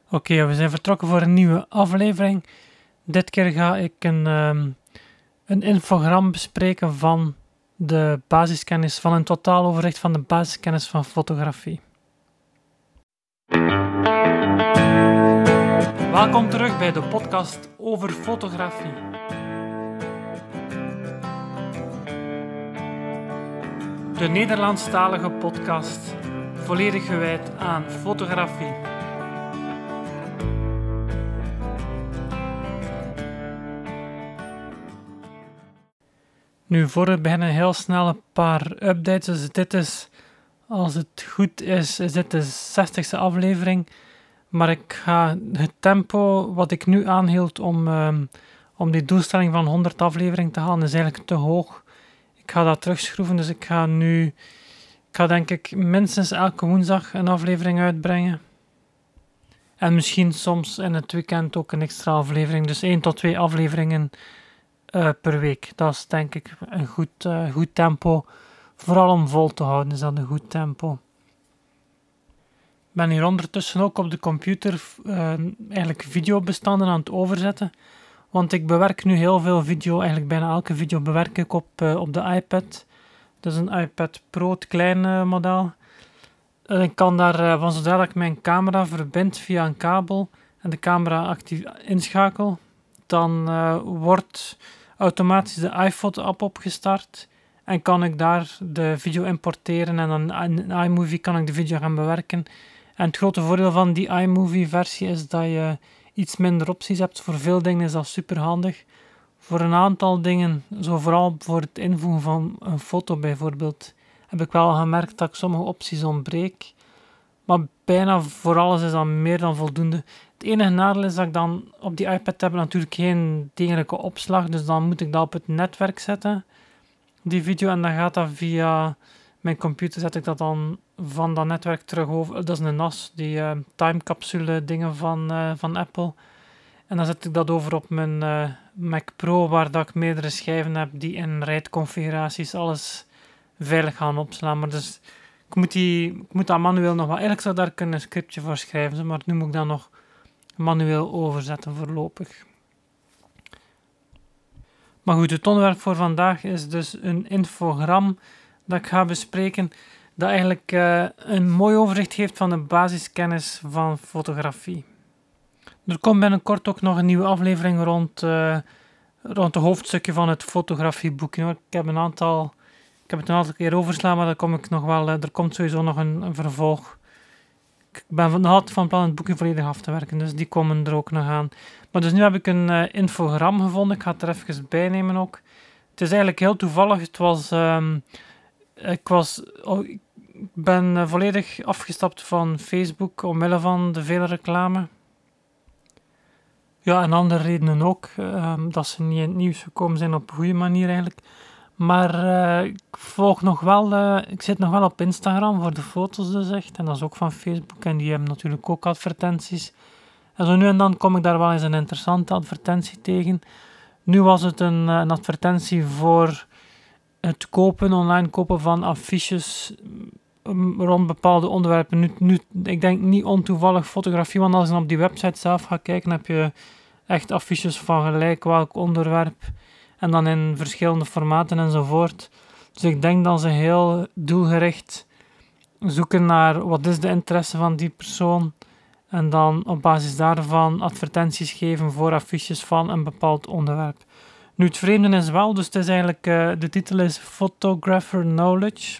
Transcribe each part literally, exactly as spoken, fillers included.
Oké, okay, we zijn vertrokken voor een nieuwe aflevering. Dit keer ga ik een, um, een infogram bespreken van de basiskennis, van een totaaloverzicht van de basiskennis van fotografie. Welkom terug bij de podcast over fotografie. De Nederlandstalige podcast, volledig gewijd aan fotografie. Nu, voor we beginnen, heel snel een paar updates. Dus dit is, als het goed is, is dit de zestigste aflevering. Maar ik ga het tempo wat ik nu aanhield om, um, om die doelstelling van honderd afleveringen te halen, is eigenlijk te hoog. Ik ga dat terugschroeven, dus ik ga nu, ik ga denk ik minstens elke woensdag een aflevering uitbrengen. En misschien soms in het weekend ook een extra aflevering, dus één tot twee afleveringen Uh, per week. Dat is denk ik een goed, uh, goed tempo. Vooral om vol te houden is dat een goed tempo. Ik ben hier ondertussen ook op de computer uh, eigenlijk videobestanden aan het overzetten. Want ik bewerk nu heel veel video. Eigenlijk bijna elke video bewerk ik op, uh, op de iPad. Dat is een iPad Pro, het kleine model. Uh, ik kan daar uh, van zodra ik mijn camera verbind via een kabel en de camera actief inschakel, dan uh, wordt automatisch de iPhoto-app opgestart en kan ik daar de video importeren en dan in iMovie kan ik de video gaan bewerken. En het grote voordeel van die iMovie-versie is dat je iets minder opties hebt. Voor veel dingen is dat super handig. Voor een aantal dingen, zo vooral voor het invoegen van een foto bijvoorbeeld, heb ik wel gemerkt dat ik sommige opties ontbreek. Maar bijna voor alles is dat meer dan voldoende. Het enige nadeel is dat ik dan op die iPad heb natuurlijk geen degelijke opslag, dus dan moet ik dat op het netwerk zetten, die video, en dan gaat dat via mijn computer, zet ik dat dan van dat netwerk terug over. Dat is een N A S, die uh, timecapsule dingen van, uh, van Apple. En dan zet ik dat over op mijn uh, Mac Pro, waar dat ik meerdere schijven heb die in RAID-configuraties alles veilig gaan opslaan. Maar dus ik moet, die, ik moet dat manueel nog wel... Eigenlijk zou daar een scriptje voor schrijven, maar nu moet ik dat nog manueel overzetten voorlopig. Maar goed, het onderwerp voor vandaag is dus een infogram dat ik ga bespreken, dat eigenlijk uh, een mooi overzicht geeft van de basiskennis van fotografie. Er komt binnenkort ook nog een nieuwe aflevering rond, uh, rond het hoofdstukje van het fotografieboek. Ik heb een aantal... Ik heb het een aantal keer overslaan, maar daar kom ik nog wel, er komt sowieso nog een, een vervolg. Ik ben nog altijd van plan het boekje volledig af te werken, dus die komen er ook nog aan. Maar dus nu heb ik een uh, infogram gevonden, ik ga het er even bij nemen ook. Het is eigenlijk heel toevallig, het was... Um, ik was... Oh, ik ben uh, volledig afgestapt van Facebook omwille van de vele reclame. Ja, en andere redenen ook, uh, dat ze niet in het nieuws gekomen zijn op een goede manier eigenlijk. Maar uh, ik volg nog wel, uh, ik zit nog wel op Instagram voor de foto's dus echt. En dat is ook van Facebook en die hebben natuurlijk ook advertenties. En zo nu en dan kom ik daar wel eens een interessante advertentie tegen. Nu was het een, een advertentie voor het kopen, online kopen van affiches rond bepaalde onderwerpen. Nu, nu, ik denk niet ontoevallig fotografie, want als je op die website zelf gaat kijken, heb je echt affiches van gelijk welk onderwerp. En dan in verschillende formaten enzovoort. Dus ik denk dat ze heel doelgericht zoeken naar wat is de interesse van die persoon. En dan op basis daarvan advertenties geven voor affiches van een bepaald onderwerp. Nu, het vreemde is wel, dus het is eigenlijk, uh, de titel is Photographer Knowledge.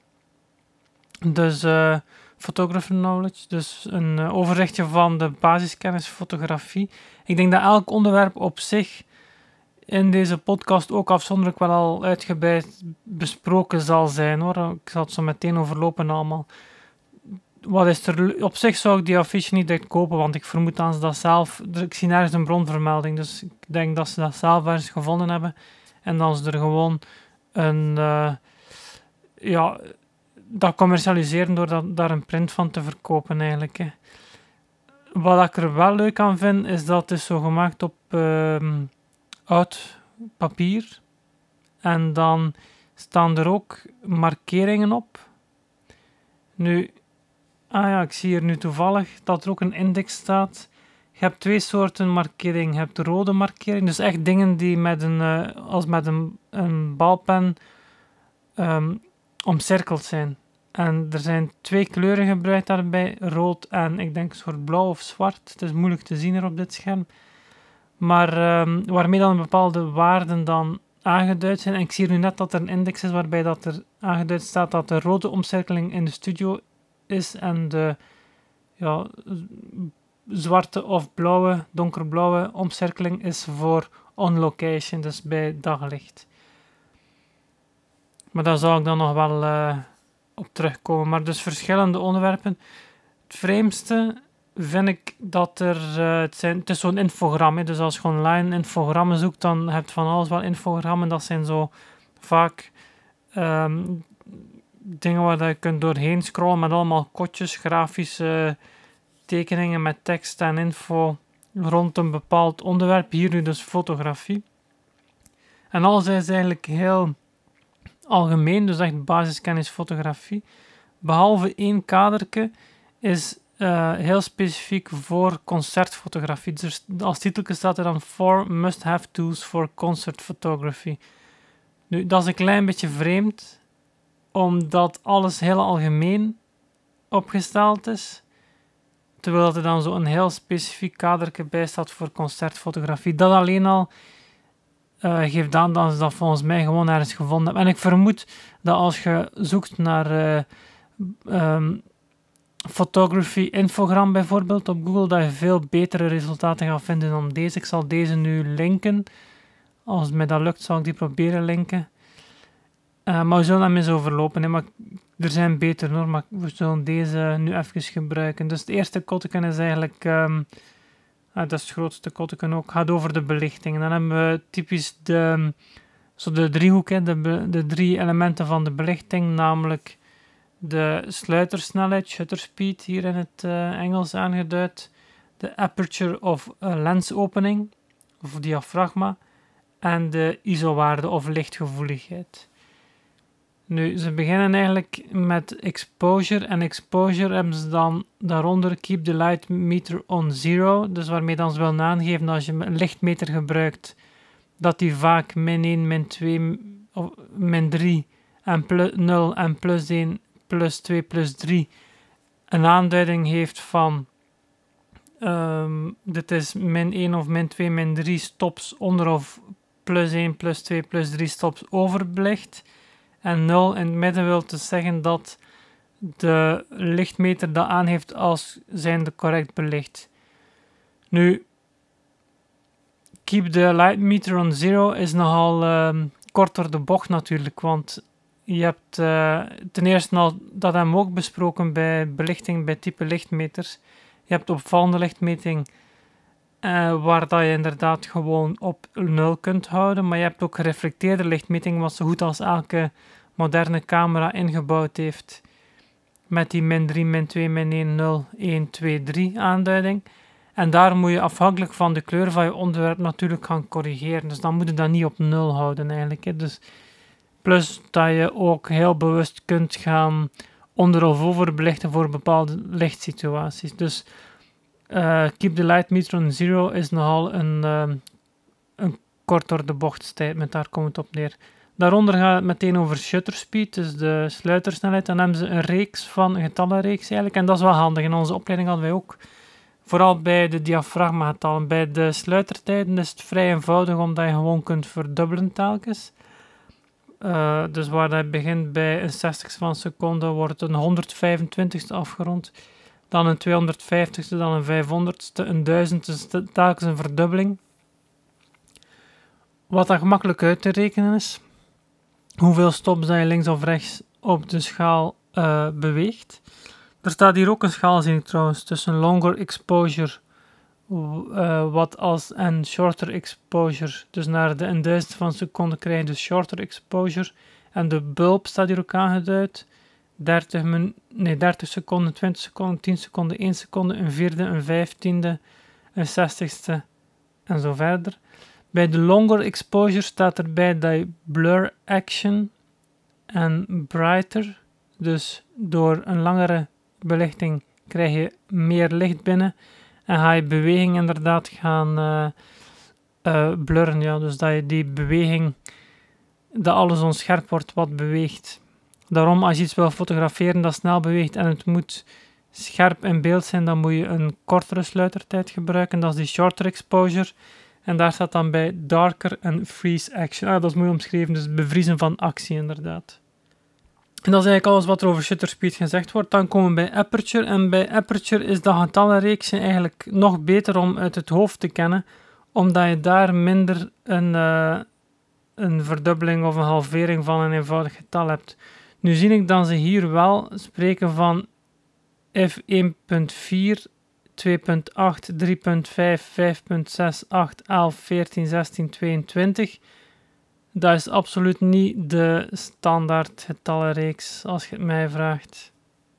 Dus uh, Photographer Knowledge, dus een uh, overzichtje van de basiskennis fotografie. Ik denk dat elk onderwerp op zich in deze podcast ook afzonderlijk wel al uitgebreid besproken zal zijn, hoor. Ik zal het zo meteen overlopen allemaal. Wat is er... Op zich zou ik die affiche niet direct kopen, want ik vermoed dat ze dat zelf... Ik zie nergens een bronvermelding, dus ik denk dat ze dat zelf ergens gevonden hebben. En dan ze er gewoon een... Uh, ja... dat commercialiseren door dat, daar een print van te verkopen, eigenlijk. Hè. Wat ik er wel leuk aan vind, is dat het is zo gemaakt op... Uh, oud papier en dan staan er ook markeringen op. Nu, Ah ja, ik zie hier nu toevallig dat er ook een index staat. Je hebt twee soorten markering. Je hebt de rode markering, dus echt dingen die met een, uh, als met een, een balpen um, omcirkeld zijn. En er zijn twee kleuren gebruikt daarbij, rood en ik denk een soort blauw of zwart. Het is moeilijk te zien hier op dit scherm. Maar um, waarmee dan bepaalde waarden dan aangeduid zijn. En ik zie nu net dat er een index is waarbij dat er aangeduid staat dat de rode omcirkeling in de studio is en de ja, zwarte of blauwe, donkerblauwe omcirkeling is voor on location, dus bij daglicht. Maar daar zal ik dan nog wel uh, op terugkomen. Maar dus verschillende onderwerpen. Het vreemdste vind ik dat er... Uh, het, zijn, het is zo'n infogram, hè, dus als je online infogrammen zoekt, dan heb je van alles wel infogrammen. Dat zijn zo vaak um, dingen waar je kunt doorheen scrollen met allemaal kotjes, grafische tekeningen met tekst en info rond een bepaald onderwerp. Hier nu dus fotografie. En alles is eigenlijk heel algemeen, dus echt basiskennis fotografie. Behalve één kadertje is uh, heel specifiek voor concertfotografie. Dus als titeltje staat er dan four must-have tools for concert photography. Nu, dat is een klein beetje vreemd, omdat alles heel algemeen opgesteld is. Terwijl er dan zo een heel specifiek kadertje bij staat voor concertfotografie. Dat alleen al uh, geeft aan dat ze dat volgens mij gewoon ergens gevonden hebben. En ik vermoed dat als je zoekt naar uh, um, photography infogram bijvoorbeeld op Google, dat je veel betere resultaten gaat vinden dan deze. Ik zal deze nu linken. Als mij dat lukt, zal ik die proberen linken. Uh, maar we zullen hem eens overlopen. Hè. Maar er zijn beter hoor, maar we zullen deze nu even gebruiken. Dus het eerste kotteken is eigenlijk... Um, ah, dat is het grootste kotteken ook. gaat over de belichting. En dan hebben we typisch de, zo de driehoek, hè, de, de drie elementen van de belichting. Namelijk de sluitersnelheid, shutter speed, hier in het uh, Engels aangeduid. De aperture of uh, lens opening, of diafragma. En de I S O-waarde of lichtgevoeligheid. Nu, ze beginnen eigenlijk met exposure. En exposure hebben ze dan daaronder keep the light meter on zero. Dus waarmee dan ze willen aangeven dat als je een lichtmeter gebruikt, dat die vaak min één, min twee, of min drie, en plus nul en plus één, plus twee, plus drie een aanduiding heeft van um, dit is min één of min twee, min drie stops onder of plus één, plus twee, plus drie stops overbelicht. En nul in het midden wil dus zeggen dat de lichtmeter dat aangeeft als zijnde correct belicht. Nu, keep the light meter on zero is nogal uh, kort door de bocht natuurlijk, want je hebt uh, ten eerste al, dat hebben we ook besproken bij belichting bij type lichtmeters. Je hebt opvallende lichtmeting uh, waar dat je inderdaad gewoon op nul kunt houden, maar je hebt ook gereflecteerde lichtmeting wat zo goed als elke moderne camera ingebouwd heeft met die min drie, min twee, min één, nul, één, twee, drie aanduiding. En daar moet je afhankelijk van de kleur van je onderwerp natuurlijk gaan corrigeren. Dus dan moet je dat niet op nul houden eigenlijk. Hè. Dus plus dat je ook heel bewust kunt gaan onder- of overbelichten voor bepaalde lichtsituaties. Dus uh, keep the light meter on zero is nogal een, uh, een kort door de bocht statement. Daar komt het op neer. Daaronder gaat het meteen over shutter speed, dus de sluitersnelheid. Dan hebben ze een reeks van, een getallenreeks eigenlijk. En dat is wel handig. In onze opleiding hadden wij ook, vooral bij de diafragmagetallen. Bij de sluitertijden is het vrij eenvoudig, omdat je gewoon kunt verdubbelen telkens. Uh, dus waar dat begint bij een zestigste van een seconde, wordt een honderdvijfentwintigste afgerond. Dan een tweehonderdvijftigste, dan een vijfhonderdste, een duizendste, telkens een verdubbeling. Wat dan gemakkelijk uit te rekenen is. Hoeveel stops dat je links of rechts op de schaal uh, beweegt. Er staat hier ook een schaal, zie ik trouwens, tussen longer exposure uh, wat als en shorter exposure. Dus naar de een duizendste van een seconde krijg je de shorter exposure. En de bulb staat hier ook aangeduid. dertig, min, nee, dertig seconden, twintig seconden, tien seconden, één seconde, een vierde, een vijftiende, een zestigste en zo verder. Bij de longer exposure staat erbij dat je blur action en brighter, dus door een langere belichting krijg je meer licht binnen en ga je beweging inderdaad gaan uh, uh, blurren. Ja. Dus dat je die beweging, dat alles onscherp wordt wat beweegt. Daarom, als je iets wil fotograferen dat snel beweegt en het moet scherp in beeld zijn, dan moet je een kortere sluitertijd gebruiken. Dat is die shorter exposure. En daar staat dan bij darker en freeze action. Ah, dat is mooi omschreven, dus het bevriezen van actie inderdaad. En dat is eigenlijk alles wat er over shutter speed gezegd wordt. Dan komen we bij aperture. En bij aperture is dat getallenreeksje eigenlijk nog beter om uit het hoofd te kennen, omdat je daar minder een, uh, een verdubbeling of een halvering van een eenvoudig getal hebt. Nu zie ik dat ze hier wel spreken van f één punt vier, twee punt acht, drie punt vijf, vijf punt zes, acht, elf, veertien, zestien, tweeëntwintig. Dat is absoluut niet de standaard getallenreeks, als je het mij vraagt.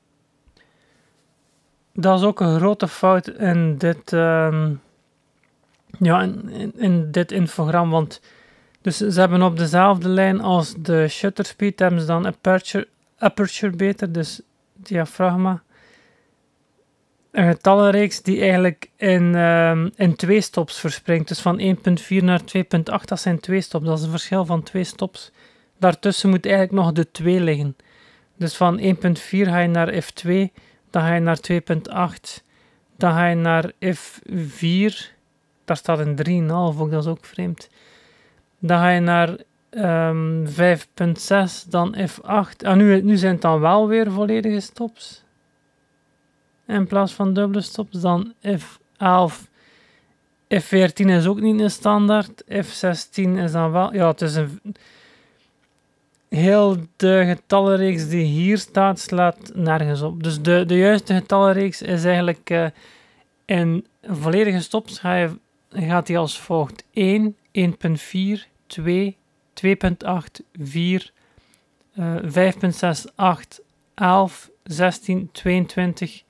Dat is ook een grote fout in dit, um, ja, in, in, in dit infogram, want dus ze hebben op dezelfde lijn als de shutter speed, hebben ze dan aperture, aperture beter, dus diafragma. Een getallenreeks die eigenlijk in, um, in twee stops verspringt. Dus van één punt vier naar twee punt acht, dat zijn twee stops. Dat is een verschil van twee stops. Daartussen moet eigenlijk nog de twee liggen. Dus van één punt vier ga je naar f twee, dan ga je naar twee punt acht, dan ga je naar f vier. Daar staat een drie komma vijf ook, dat is ook vreemd. Dan ga je naar um, vijf punt zes, dan f acht. Ah, nu, nu zijn het dan wel weer volledige stops. In plaats van dubbele stops, dan f elf. f veertien is ook niet een standaard. f zestien is dan wel... Ja, het is een... Heel de getallenreeks die hier staat, slaat nergens op. Dus de, de juiste getallenreeks is eigenlijk... Uh, in volledige stops ga je, gaat die als volgt. één, één punt vier, twee, twee punt acht, vier, uh, vijf punt zes, acht, elf, zestien, tweeëntwintig...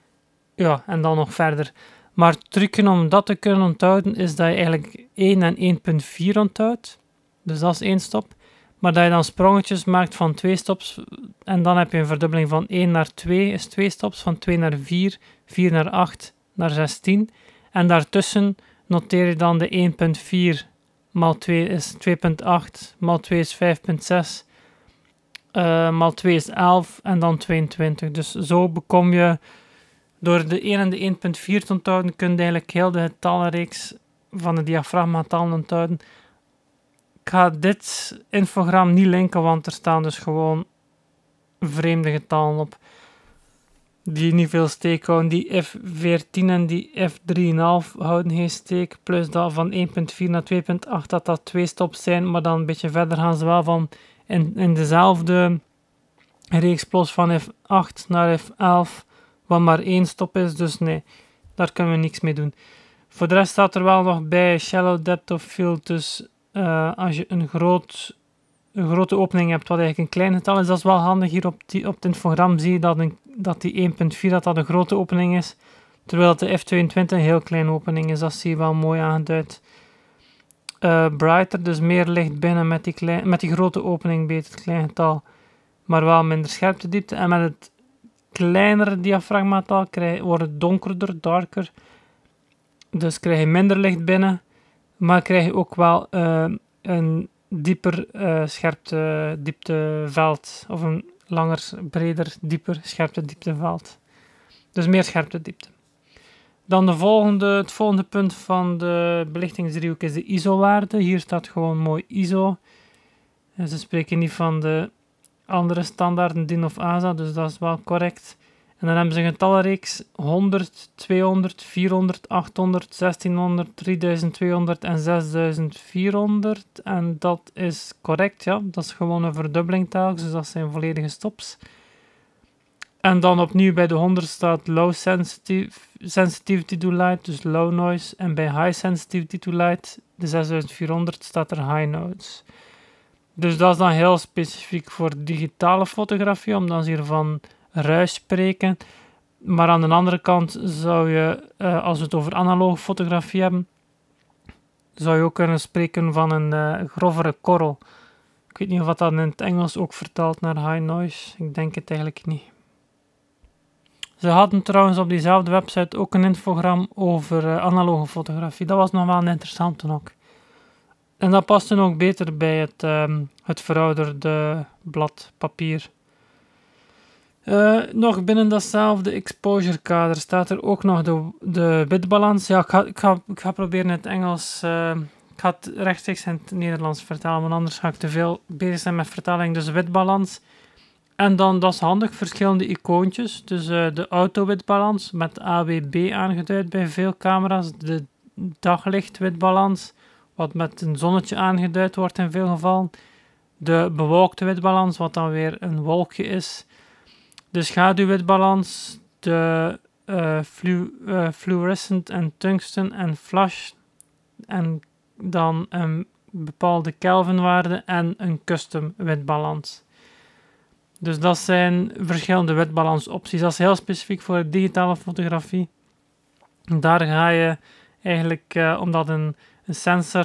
Ja, en dan nog verder. Maar het trucje om dat te kunnen onthouden is dat je eigenlijk één en één punt vier onthoudt. Dus dat is één stop. Maar dat je dan sprongetjes maakt van twee stops. En dan heb je een verdubbeling van één naar twee is twee stops. Van twee naar vier, vier naar acht, naar zestien. En daartussen noteer je dan de één punt vier maal twee is twee punt acht, maal twee is vijf punt zes, uh, maal twee is elf en dan tweeëntwintig. Dus zo bekom je... Door de één en de één punt vier te onthouden, kun je eigenlijk heel de getallenreeks van de diafragmagetallen onthouden. Ik ga dit infogram niet linken, want er staan dus gewoon vreemde getallen op. Die niet veel steek houden. Die f veertien en die f drie komma vijf houden geen steek. Plus dat van één punt vier naar twee punt acht, dat dat twee stops zijn. Maar dan een beetje verder gaan ze wel van in, in dezelfde reeks plus van f acht naar f elf. Wat maar één stop is, dus nee, daar kunnen we niks mee doen. Voor de rest staat er wel nog bij shallow depth of field, dus uh, als je een, groot, een grote opening hebt, wat eigenlijk een klein getal is, dat is wel handig. Hier op, die, op het infogram zie je dat, een, dat die één punt vier dat dat een grote opening is, terwijl de f tweeëntwintig een heel kleine opening is, dat zie je wel mooi aangeduid. Uh, brighter, dus meer licht binnen met die, klein, met die grote opening, beter het klein getal, maar wel minder scherptediepte. En met het kleinere diafragmagetal wordt het donkerder, darker. Dus krijg je minder licht binnen, maar krijg je ook wel uh, een dieper uh, scherpte diepteveld, of een langer, breder, dieper scherpte diepteveld. Dus meer scherpte diepte. Dan de volgende, het volgende punt van de belichtingsdriehoek is de I S O-waarde. Hier staat gewoon mooi I S O. En ze spreken niet van de andere standaarden, D I N of A S A, dus dat is wel correct. En dan hebben ze een getallenreeks honderd, tweehonderd, vierhonderd, achthonderd, zestienhonderd, drieduizendtweehonderd en zesduizendvierhonderd. En dat is correct, ja. Dat is gewoon een verdubbeling telkens, dus dat zijn volledige stops. En dan opnieuw bij de honderd staat low sensitive, sensitivity to light, dus low noise. En bij high sensitivity to light, de zesduizendvierhonderd, staat er high noise. Dus dat is dan heel specifiek voor digitale fotografie, omdat ze hier van ruis spreken. Maar aan de andere kant zou je, uh, als we het over analoge fotografie hebben, zou je ook kunnen spreken van een uh, grovere korrel. Ik weet niet of dat in het Engels ook vertaalt naar high noise. Ik denk het eigenlijk niet. Ze hadden trouwens op diezelfde website ook een infogram over uh, analoge fotografie. Dat was nog wel een interessante ook. En dat paste ook beter bij het, um, het verouderde blad papier. Uh, nog binnen datzelfde exposure kader staat er ook nog de, de witbalans. Ja, ik ga, ik, ga, ik ga proberen in het Engels... Uh, ik ga het rechtstreeks in het Nederlands vertalen, want anders ga ik te veel bezig zijn met vertaling. Dus witbalans. En dan, dat is handig, verschillende icoontjes. Dus uh, de auto-witbalans met A W B aangeduid bij veel camera's. De daglicht-witbalans, wat met een zonnetje aangeduid wordt in veel gevallen. De bewolkte witbalans, wat dan weer een wolkje is. De schaduwwitbalans, de uh, flu uh, fluorescent en tungsten en flash. En dan een bepaalde Kelvinwaarde en een custom witbalans. Dus dat zijn verschillende witbalansopties. Dat is heel specifiek voor digitale fotografie. Daar ga je eigenlijk, uh, omdat een, een sensor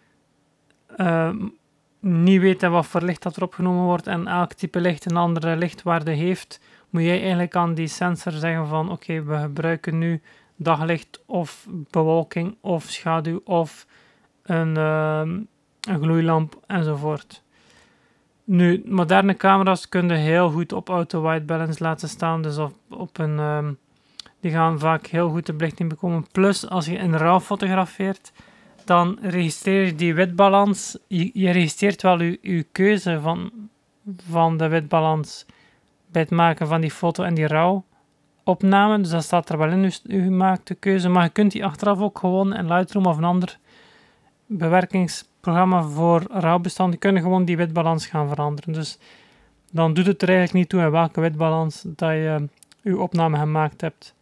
uh, niet weet wat voor licht dat er opgenomen wordt en elk type licht een andere lichtwaarde heeft, moet jij eigenlijk aan die sensor zeggen van oké, okay, we gebruiken nu daglicht of bewolking of schaduw of een, uh, een gloeilamp enzovoort. Nu, moderne camera's kunnen heel goed op auto-white balance laten staan, dus op, op een, um, die gaan vaak heel goed de belichting bekomen. Plus, als je in RAW fotografeert, dan registreer je die witbalans. Je, je registreert wel je, je keuze van, van de witbalans bij het maken van die foto en die RAW opname. Dus dat staat er wel in, je gemaakte keuze. Maar je kunt die achteraf ook gewoon in Lightroom of een ander bewerkingsprogramma voor RAW-bestanden kunnen gewoon die witbalans gaan veranderen. Dus dan doet het er eigenlijk niet toe in welke witbalans dat je je opname gemaakt hebt.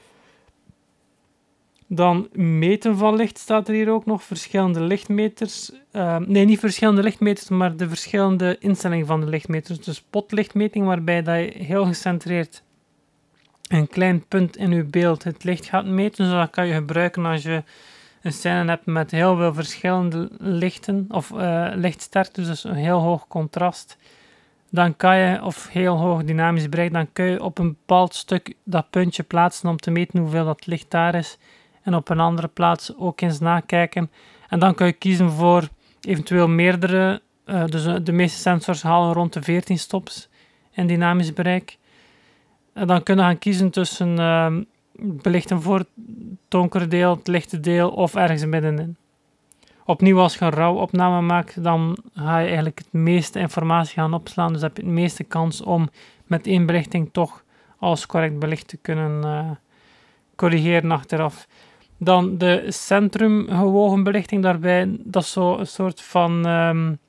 Dan meten van licht staat er hier ook nog. Verschillende lichtmeters. Uh, nee, niet verschillende lichtmeters, maar de verschillende instellingen van de lichtmeters. Dus spotlichtmeting, waarbij dat je heel gecentreerd een klein punt in je beeld het licht gaat meten. Dus dat kan je gebruiken als je een scène hebt met heel veel verschillende lichten, of uh, lichtsterkte, dus een heel hoog contrast. Dan kan je, of heel hoog dynamisch bereik, dan kun je op een bepaald stuk dat puntje plaatsen om te meten hoeveel dat licht daar is. En op een andere plaats ook eens nakijken. En dan kun je kiezen voor eventueel meerdere, uh, dus de meeste sensors halen rond de veertien stops in dynamisch bereik. En dan kun je gaan kiezen tussen uh, belichten voor het donkere deel, het lichte deel of ergens middenin. Opnieuw, als je een RAW-opname maakt, dan ga je eigenlijk het meeste informatie gaan opslaan. Dus heb je het meeste kans om met één belichting toch alles correct belicht te kunnen uh, corrigeren achteraf. Dan de centrumgewogen belichting daarbij, dat is zo een soort van... Um,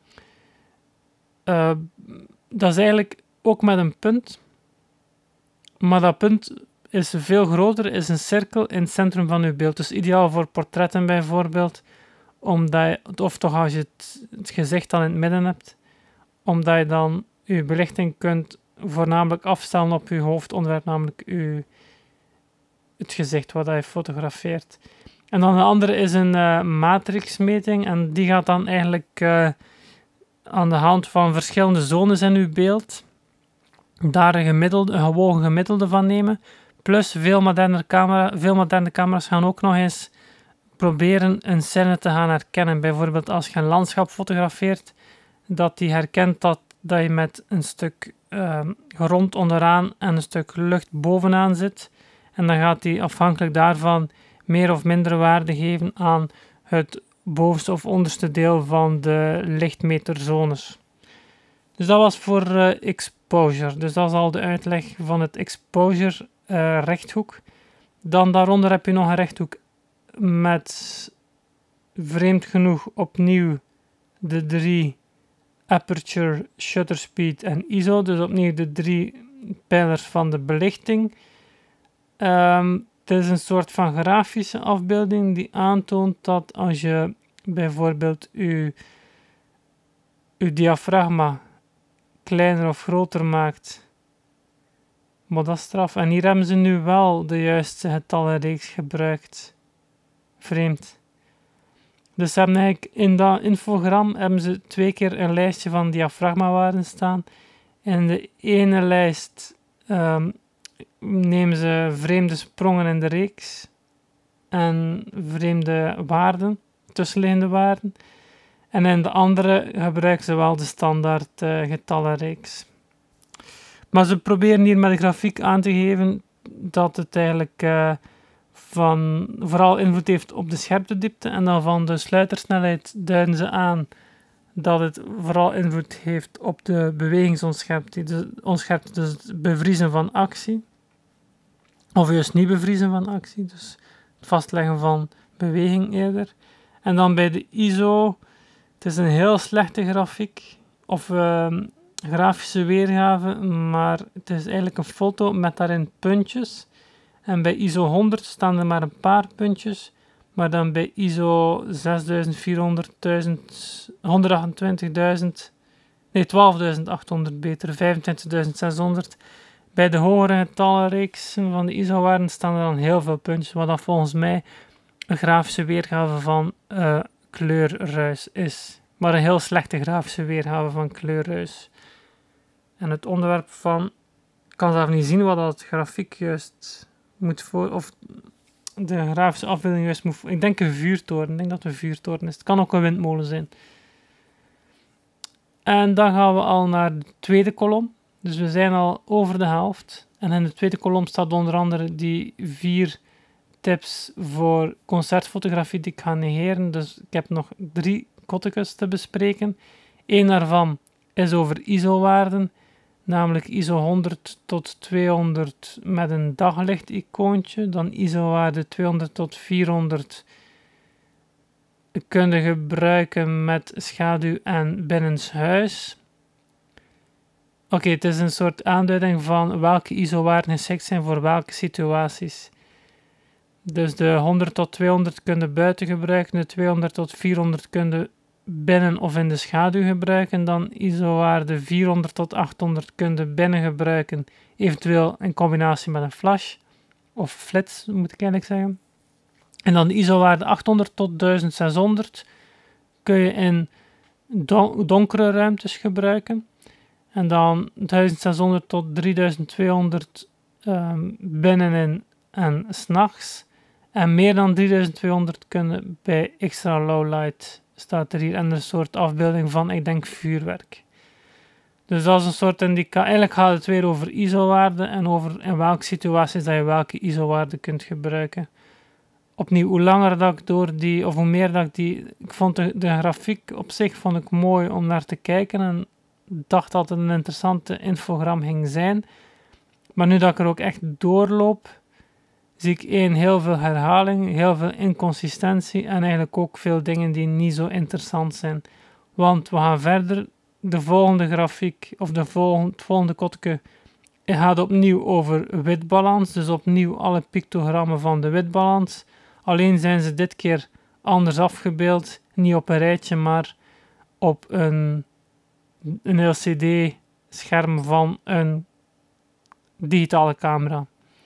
uh, dat is eigenlijk ook met een punt. Maar dat punt is veel groter, is een cirkel in het centrum van je beeld. Dus ideaal voor portretten bijvoorbeeld. Omdat je, of toch als je het, het gezicht dan in het midden hebt. Omdat je dan je belichting kunt voornamelijk afstellen op je hoofdonderwerp, namelijk je, het gezicht wat je fotografeert. En dan de andere is een uh, matrixmeting. En die gaat dan eigenlijk uh, aan de hand van verschillende zones in je beeld daar een, gemiddelde, een gewogen gemiddelde van nemen. Plus veel moderne, camera, veel moderne camera's gaan ook nog eens proberen een scène te gaan herkennen. Bijvoorbeeld als je een landschap fotografeert, dat die herkent dat, dat je met een stuk uh, grond onderaan en een stuk lucht bovenaan zit. En dan gaat die afhankelijk daarvan meer of minder waarde geven aan het bovenste of onderste deel van de lichtmeterzones. Dus dat was voor uh, exposure. Dus dat is al de uitleg van het exposure uh, rechthoek. Dan daaronder heb je nog een rechthoek met, vreemd genoeg, opnieuw de drie aperture, shutter speed en I S O. Dus opnieuw de drie pijlers van de belichting. Um, het is een soort van grafische afbeelding die aantoont dat als je bijvoorbeeld je, je diafragma kleiner of groter maakt, maar dat is straf. En hier hebben ze nu wel de juiste getallenreeks gebruikt. Vreemd. Dus ze hebben eigenlijk in dat infogram hebben ze twee keer een lijstje van diafragmawaarden staan. En in de ene lijst um, nemen ze vreemde sprongen in de reeks en vreemde waarden, tussenliggende waarden. En in de andere gebruiken ze wel de standaard uh, getallenreeks. Maar ze proberen hier met de grafiek aan te geven dat het eigenlijk uh, van, vooral invloed heeft op de scherptediepte. En dan van de sluitersnelheid duiden ze aan dat het vooral invloed heeft op de bewegingsonscherpte. Dus, onscherpte, dus het bevriezen van actie. Of juist niet bevriezen van actie. Dus het vastleggen van beweging eerder. En dan bij de I S O, het is een heel slechte grafiek. Of uh, grafische weergave, maar het is eigenlijk een foto met daarin puntjes. En bij I S O honderd staan er maar een paar puntjes. Maar dan bij I S O zesduizend vierhonderd, duizend, honderdachtentwintigduizend, nee twaalfduizend achthonderd beter, vijfentwintigduizend zeshonderd. Bij de hogere getallenreeksen van de I S O-waarden staan er dan heel veel puntjes, wat dat volgens mij een grafische weergave van uh, kleurruis is. Maar een heel slechte grafische weergave van kleurruis. En het onderwerp van, ik kan zelf niet zien wat dat grafiek juist moet voor, of de grafische afbeelding juist moet voor. Ik denk een vuurtoren, ik denk dat het een vuurtoren is. Het kan ook een windmolen zijn. En dan gaan we al naar de tweede kolom. Dus we zijn al over de helft. En in de tweede kolom staat onder andere die vier tips voor concertfotografie die ik ga negeren. Dus ik heb nog drie kottekes te bespreken. Eén daarvan is over I S O-waarden. Namelijk I S O honderd tot tweehonderd met een daglicht-icoontje. Dan I S O-waarde tweehonderd tot vierhonderd kunnen gebruiken met schaduw en binnenshuis. Oké, okay, het is een soort aanduiding van welke I S O-waarden geschikt zijn voor welke situaties. Dus de honderd tot tweehonderd kunnen buiten gebruiken, de tweehonderd tot vierhonderd kunnen binnen of in de schaduw gebruiken. Dan I S O-waarde vierhonderd tot achthonderd kunnen binnen gebruiken, eventueel in combinatie met een flash of flits, moet ik eigenlijk zeggen. En dan de I S O-waarde achthonderd tot duizendzeshonderd kun je in don- donkere ruimtes gebruiken. En dan duizendzeshonderd tot drieduizend tweehonderd um, binnenin en 's nachts. En meer dan drieduizend tweehonderd kunnen bij extra low light, staat er hier. En een soort afbeelding van, ik denk, vuurwerk. Dus dat is een soort indicatie. Eigenlijk gaat het weer over I S O-waarden en over in welke situaties dat je welke I S O-waarden kunt gebruiken. Opnieuw, hoe langer dat ik door die, of hoe meer dat ik die... Ik vond de, de grafiek op zich vond ik mooi om naar te kijken en dacht dat het een interessante infogram ging zijn. Maar nu dat ik er ook echt doorloop, zie ik één, heel veel herhaling, heel veel inconsistentie en eigenlijk ook veel dingen die niet zo interessant zijn. Want we gaan verder. De volgende grafiek, of de volgende, het volgende kotje, gaat opnieuw over witbalans. Dus opnieuw alle pictogrammen van de witbalans. Alleen zijn ze dit keer anders afgebeeld. Niet op een rijtje, maar op een, een L C D-scherm van een digitale camera.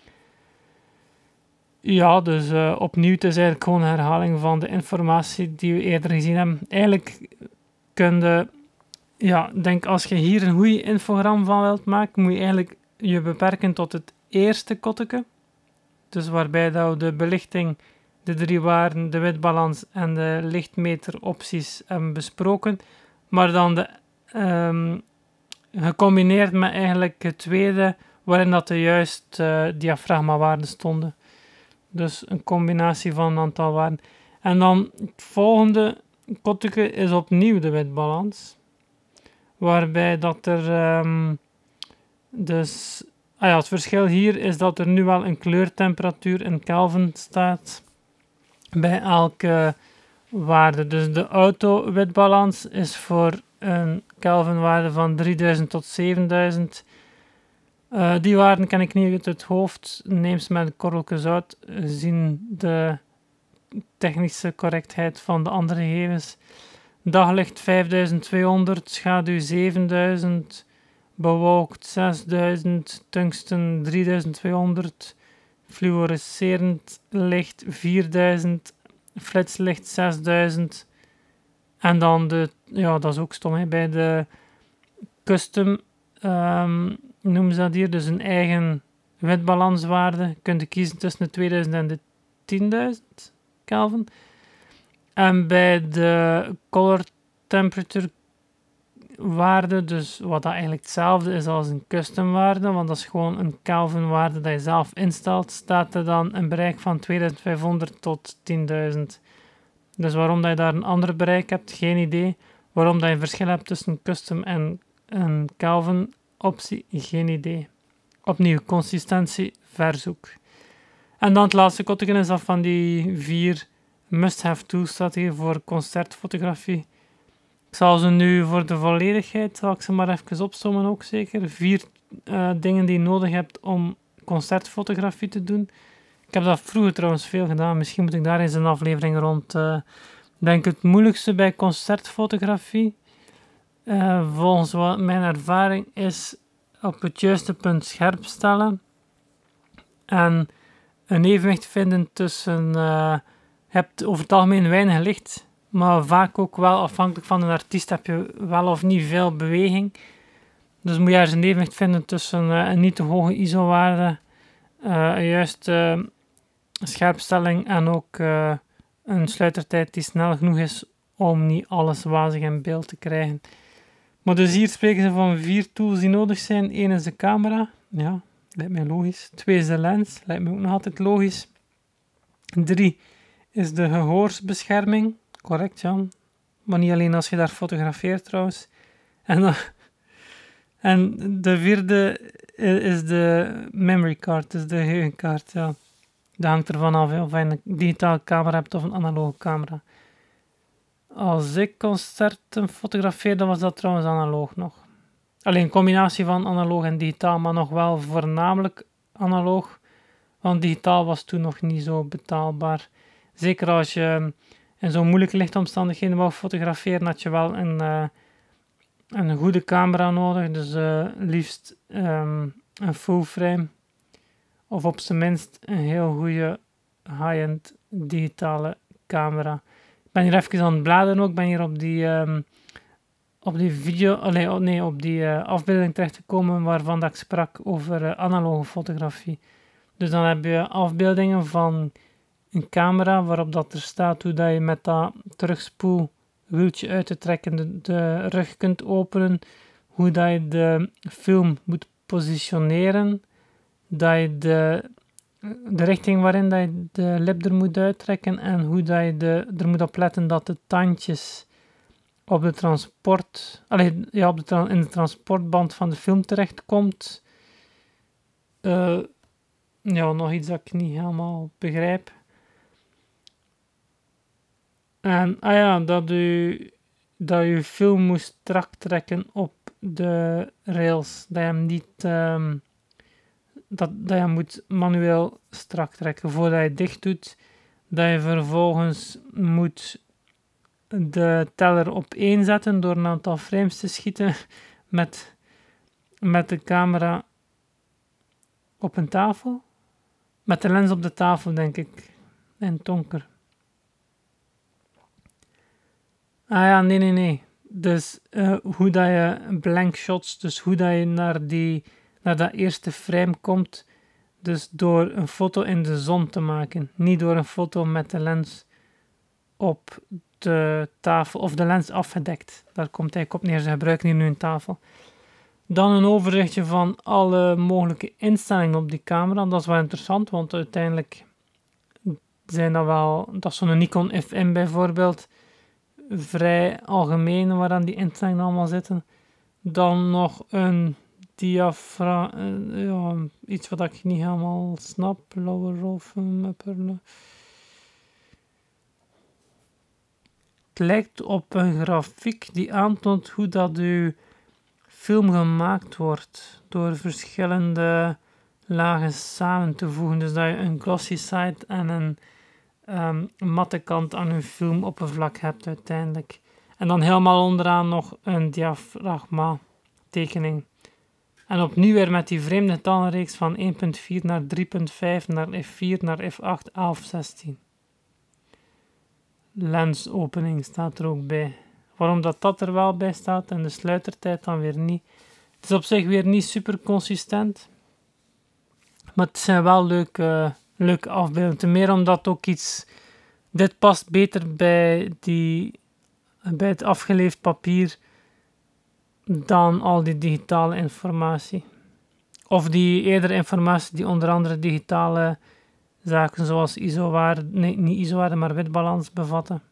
Ja, dus uh, opnieuw, het is eigenlijk gewoon een herhaling van de informatie die we eerder gezien hebben. Eigenlijk kun je, ja, denk als je hier een goede infogram van wilt maken, moet je eigenlijk je beperken tot het eerste kotteke. Dus waarbij dat we de belichting, de drie waarden, de witbalans en de lichtmeteropties hebben besproken. Maar dan de, um, gecombineerd met eigenlijk het tweede, waarin dat de juist uh, diafragmawaarden stonden. Dus een combinatie van een aantal waarden. En dan het volgende kotteke is opnieuw de witbalans. Waarbij dat er um, dus... Ah ja, het verschil hier is dat er nu wel een kleurtemperatuur in Kelvin staat bij elke waarde. Dus de auto-witbalans is voor een Kelvinwaarde van drieduizend tot zevenduizend. Uh, die waarden ken ik niet uit het hoofd. Neem ze met een korreltje zout, gezien de technische correctheid van de andere gegevens. Daglicht vijfduizend tweehonderd, schaduw zevenduizend, bewolkt zesduizend, tungsten drieduizend tweehonderd, fluorescerend licht vierduizend, flitslicht zesduizend. En dan de, ja dat is ook stom, hè, bij de custom, um, noemen ze dat hier, dus een eigen witbalanswaarde. Je kunt kiezen tussen de tweeduizend en de tienduizend Kelvin. En bij de color temperature waarde, dus wat dat eigenlijk hetzelfde is als een custom waarde, want dat is gewoon een Kelvin waarde dat je zelf instelt, staat er dan een bereik van tweeduizend vijfhonderd tot tienduizend. Dus waarom dat je daar een ander bereik hebt, geen idee. Waarom dat je een verschil hebt tussen custom en een Kelvin optie, geen idee. Opnieuw, consistentie, verzoek. En dan het laatste kotteken is af van die vier must-have tools staat hier voor concertfotografie. Ik zal ze nu voor de volledigheid, zal ik ze maar even opzommen ook zeker. Vier uh, dingen die je nodig hebt om concertfotografie te doen. Ik heb dat vroeger trouwens veel gedaan. Misschien moet ik daar eens een aflevering rond. Uh, denk het moeilijkste bij concertfotografie, uh, volgens wat mijn ervaring, is op het juiste punt scherp stellen. En een evenwicht vinden tussen... Uh, je hebt over het algemeen weinig licht, maar vaak ook wel, afhankelijk van de artiest, heb je wel of niet veel beweging. Dus moet je ergens een evenwicht vinden tussen uh, een niet te hoge I S O-waarde, uh, een juiste uh, scherpstelling en ook uh, een sluitertijd die snel genoeg is om niet alles wazig in beeld te krijgen. Maar dus hier spreken ze van vier tools die nodig zijn. Eén is de camera, ja, lijkt mij logisch. Twee is de lens, lijkt mij ook nog altijd logisch. Drie is de gehoorsbescherming, correct Jan, maar niet alleen als je daar fotografeert trouwens. En, dan, en de vierde is de memory card, dus de geheugenkaart, ja. Dat hangt ervan af of je een digitale camera hebt of een analoge camera. Als ik concerten fotografeerde was dat trouwens analoog nog. Alleen een combinatie van analoog en digitaal, maar nog wel voornamelijk analoog, want digitaal was toen nog niet zo betaalbaar. Zeker als je in zo'n moeilijke lichtomstandigheden wou fotograferen, had je wel een, uh, een goede camera nodig. Dus uh, liefst um, een full frame. Of op zijn minst een heel goede high-end digitale camera. Ik ben hier even aan het bladeren ook. Ik ben hier op die, um, op die video, allee, oh nee, op die uh, afbeelding terechtgekomen waarvan dat ik sprak over uh, analoge fotografie. Dus dan heb je afbeeldingen van een camera waarop dat er staat hoe dat je met dat terugspoelwieltje uit te trekken de, de rug kunt openen, hoe dat je de film moet positioneren, dat je de, de richting waarin dat je de lip er moet uittrekken en hoe dat je de, er moet op letten dat de tandjes op de transport, allee, ja, op de, in de transportband van de film terechtkomt. Uh, ja, nog iets dat ik niet helemaal begrijp. En, ah ja, dat u, dat je film moest strak trekken op de rails. Dat je hem niet, um, dat, dat je hem moet manueel strak trekken voordat je het dicht doet. Dat je vervolgens moet de teller op één zetten door een aantal frames te schieten met, met de camera op een tafel. Met de lens op de tafel, denk ik. In het donker. Ah ja, nee, nee, nee. Dus uh, hoe dat je blank shots, dus hoe dat je naar, die, naar dat eerste frame komt, dus door een foto in de zon te maken. Niet door een foto met de lens op de tafel, of de lens afgedekt. Daar komt eigenlijk op neer, ze gebruiken hier nu een tafel. Dan een overzichtje van alle mogelijke instellingen op die camera. Dat is wel interessant, want uiteindelijk zijn dat wel, dat is zo'n Nikon F M bijvoorbeeld, vrij algemeen waaraan die instellingen allemaal zitten. Dan nog een diafra, uh, ja, iets wat ik niet helemaal snap. Lower of upper. Het lijkt op een grafiek die aantoont hoe dat uw film gemaakt wordt door verschillende lagen samen te voegen. Dus dat je een glossy side en een um, matte kant aan je filmoppervlak hebt uiteindelijk. En dan helemaal onderaan nog een diafragma tekening. En opnieuw weer met die vreemde getallenreeks van één komma vier naar drie komma vijf naar F vier naar F acht, elf, zestien. Lensopening staat er ook bij. Waarom dat, dat er wel bij staat en de sluitertijd dan weer niet. Het is op zich weer niet super consistent. Maar het zijn wel leuke, leuke afbeeldingen. Ten meer omdat ook iets... Dit past beter bij, die, bij het afgeleefd papier dan al die digitale informatie. Of die eerdere informatie die onder andere digitale zaken zoals I S O-waarde, nee, niet I S O-waarde, maar witbalans bevatten.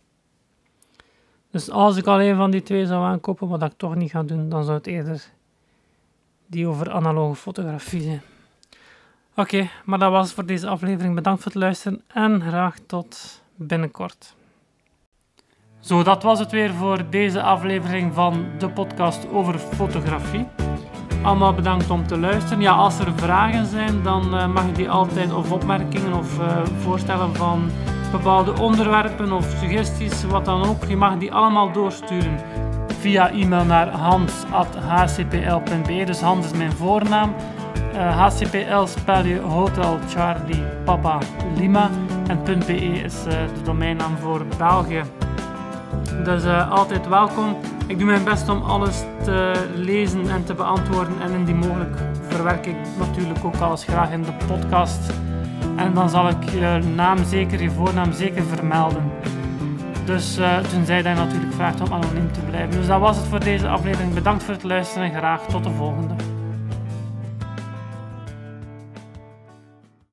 Dus als ik alleen van die twee zou aankopen, wat ik toch niet ga doen, dan zou het eerder die over analoge fotografie zijn. Oké, okay, maar dat was het voor deze aflevering. Bedankt voor het luisteren en graag tot binnenkort. Zo, dat was het weer voor deze aflevering van de podcast over fotografie. Allemaal bedankt om te luisteren. Ja, als er vragen zijn, dan uh, mag je die altijd, of opmerkingen of uh, voorstellen van bepaalde onderwerpen of suggesties, wat dan ook. Je mag die allemaal doorsturen via e-mail naar hans at h c p l punt b e. Dus Hans is mijn voornaam. Uh, H C P L spel je Hotel Charlie Papa Lima en .be is uh, de domeinnaam voor België. Dus uh, altijd welkom. Ik doe mijn best om alles te lezen en te beantwoorden en indien mogelijk verwerk ik natuurlijk ook alles graag in de podcast. En dan zal ik je naam zeker, je voornaam zeker vermelden. Dus uh, tenzij dat je natuurlijk vraagt om anoniem te blijven. Dus dat was het voor deze aflevering. Bedankt voor het luisteren en graag tot de volgende.